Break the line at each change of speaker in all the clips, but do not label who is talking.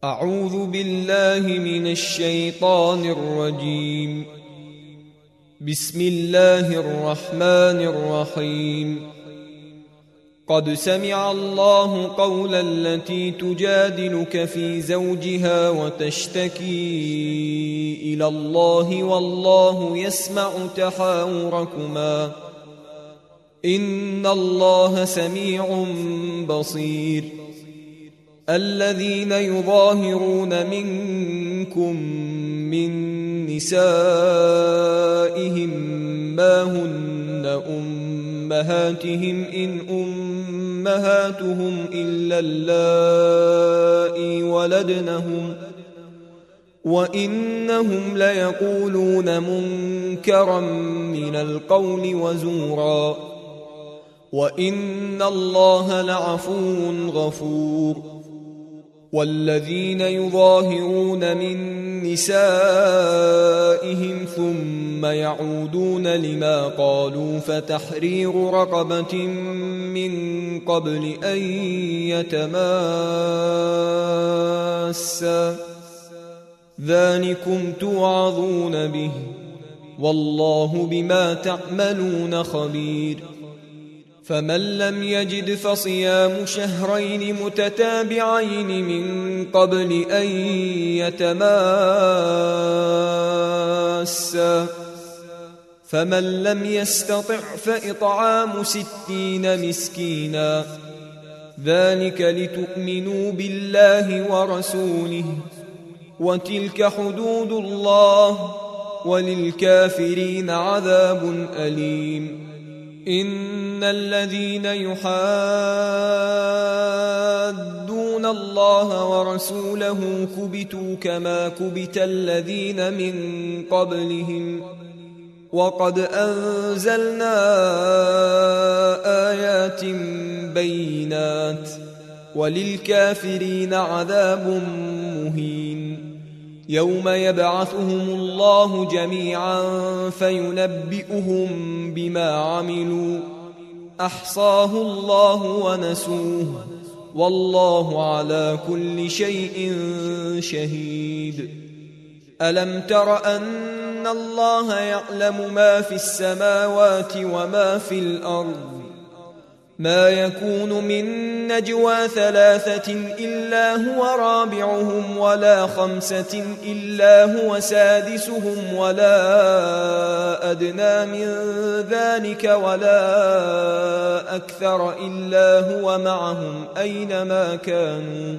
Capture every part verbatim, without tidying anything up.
أعوذ بالله من الشيطان الرجيم. بسم الله الرحمن الرحيم. قد سمع الله قول التي تجادلك في زوجها وتشتكي إلى الله والله يسمع تحاوركما إن الله سميع بصير. الذين يظاهرون منكم من نسائهم ما هن أمهاتهم إن أمهاتهم إلا اللائي ولدنهم وإنهم ليقولون منكرا من القول وزورا وإن الله لعفو غفور. والذين يظاهرون من نسائهم ثم يعودون لما قالوا فتحرير رقبة من قبل أن يتماسا ذلكم توعظون به والله بما تعملون خبير. فمن لم يجد فصيام شهرين متتابعين من قبل أن يتماسا فمن لم يستطع فإطعام ستين مسكينا ذلك لتؤمنوا بالله ورسوله وتلك حدود الله وللكافرين عذاب أليم. إن الذين يحادون الله ورسوله كبتوا كما كبت الذين من قبلهم وقد أنزلنا آيات بينات وللكافرين عذاب مهين. يوم يبعثهم الله جميعا فينبئهم بما عملوا أحصاه الله ونسوه والله على كل شيء شهيد. ألم تر أن الله يعلم ما في السماوات وما في الأرض ما يكون من نجوى ثلاثة إلا هو رابعهم ولا خمسة إلا هو سادسهم ولا أدنى من ذلك ولا أكثر إلا هو معهم أينما كانوا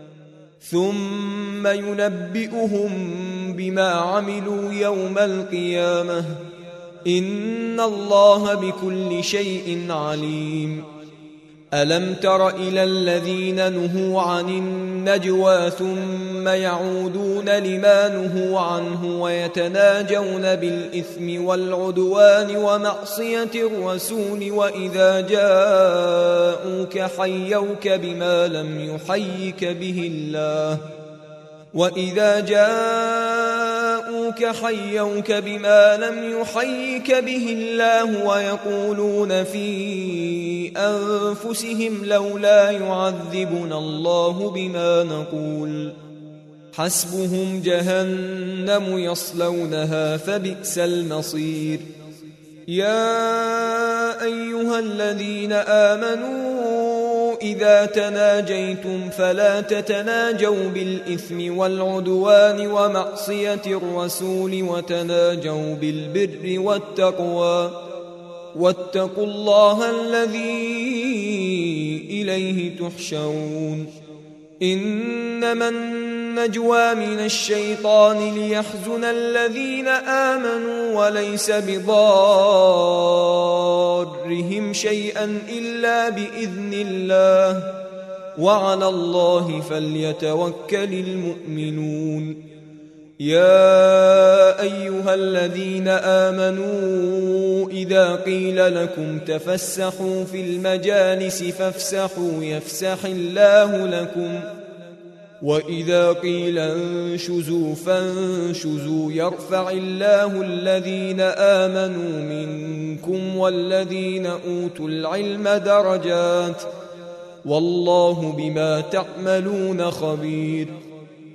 ثم ينبئهم بما عملوا يوم القيامة إن الله بكل شيء عليم. ألم تر إلى الذين نهوا عن النجوى ثم يعودون لما نهوا عنه ويتناجون بالإثم والعدوان ومعصية الرسول وإذا جاءوك حيوك بما لم يحيك به الله وإذا جاءوك حيوك بما لم يحيك به الله ويقولون في أنفسهم لولا يعذبنا الله بما نقول حسبهم جهنم يصلونها فبئس المصير. يا أيها الذين آمنوا إذا تناجيتم فلا تتناجوا بالإثم والعدوان ومعصية الرسول وتناجوا بالبر والتقوى واتقوا الله الذي إليه تحشرون. إنما النجوى من الشيطان ليحزن الذين آمنوا وليس بضارهم شيئا إلا بإذن الله وعلى الله فليتوكل المؤمنون. يا أيها الذين آمنوا إذا قيل لكم تفسحوا في المجالس فافسحوا يفسح الله لكم وإذا قيل انشزوا فانشزوا يرفع الله الذين آمنوا منكم والذين أوتوا العلم درجات والله بما تعملون خبير.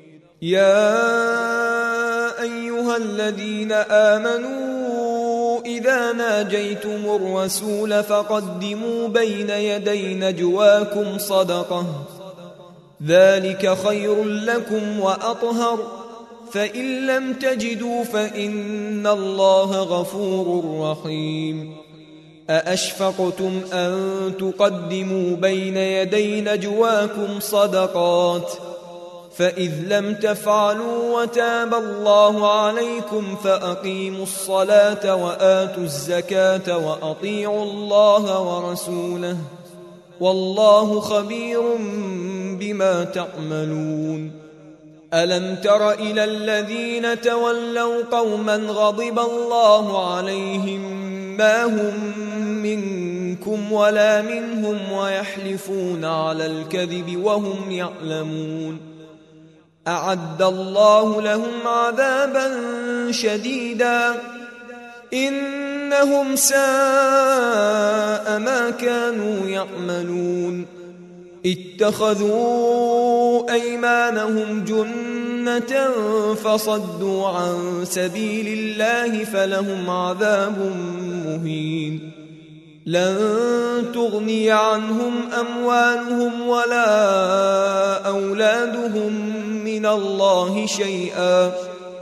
يا أيها الذين آمنوا إذا ناجيتم الرسول فقدموا بين يدي نجواكم صدقة ذلك خير لكم وأطهر فإن لم تجدوا فإن الله غفور رحيم أأشفقتم أن تقدموا بين يدي نجواكم صدقات فإذ لم تفعلوا وتاب الله عليكم فأقيموا الصلاة وآتوا الزكاة وأطيعوا الله ورسوله والله خبير بما تعملون ألم تر إلى الذين تولوا قوما غضب الله عليهم ما هم منكم ولا منهم ويحلفون على الكذب وهم يعلمون أعد الله لهم عذابا شديدا إنهم ساء ما كانوا يعملون اتخذوا أيمانهم جنة فصدوا عن سبيل الله فلهم عذاب مهين لن تغني عنهم أموالهم ولا أولادهم من الله شيئا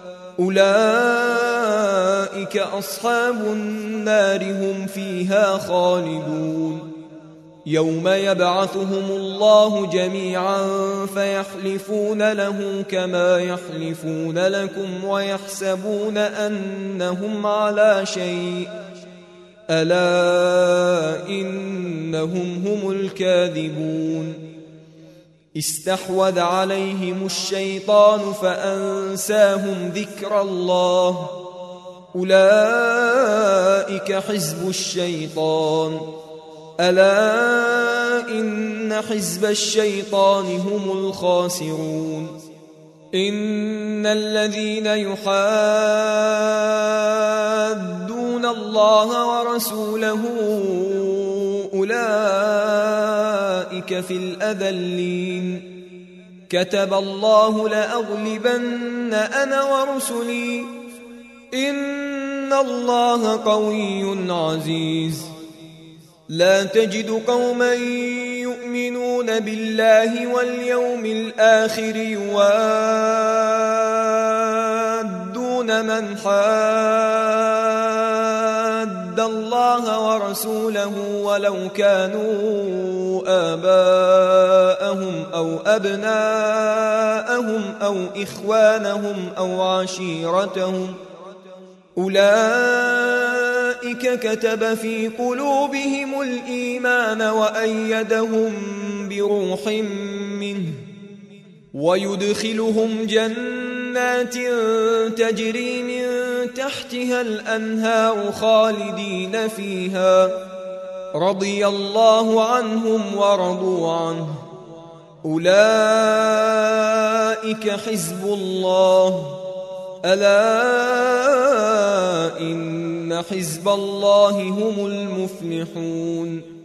أولئك أصحاب النار هم فيها خالدون يوم يبعثهم الله جميعا فيحلفون له كما يحلفون لكم ويحسبون أنهم على شيء ألا إنهم هم الكاذبون استحوذ عليهم الشيطان فأنساهم ذكر الله أولئك حزب الشيطان ألا إن حزب الشيطان هم الخاسرون إن الذين يحادون الله ورسوله أولئك في الأذلين كتب الله لأغلبن أنا ورسلي إن الله قوي عزيز لا تجد قوما يؤمنون بالله واليوم الآخر يوادون من حاد الله ورسوله ولو كانوا آباءهم أو أبناءهم أو إخوانهم أو عشيرتهم أولئك كتب في قلوبهم الإيمان وأيدهم بروح منه ويدخلهم جنات تجري من تحتها الأنهار خالدين فيها رضي الله عنهم ورضوا عنه أولئك حزب الله ألا إن حزب الله هم المفلحون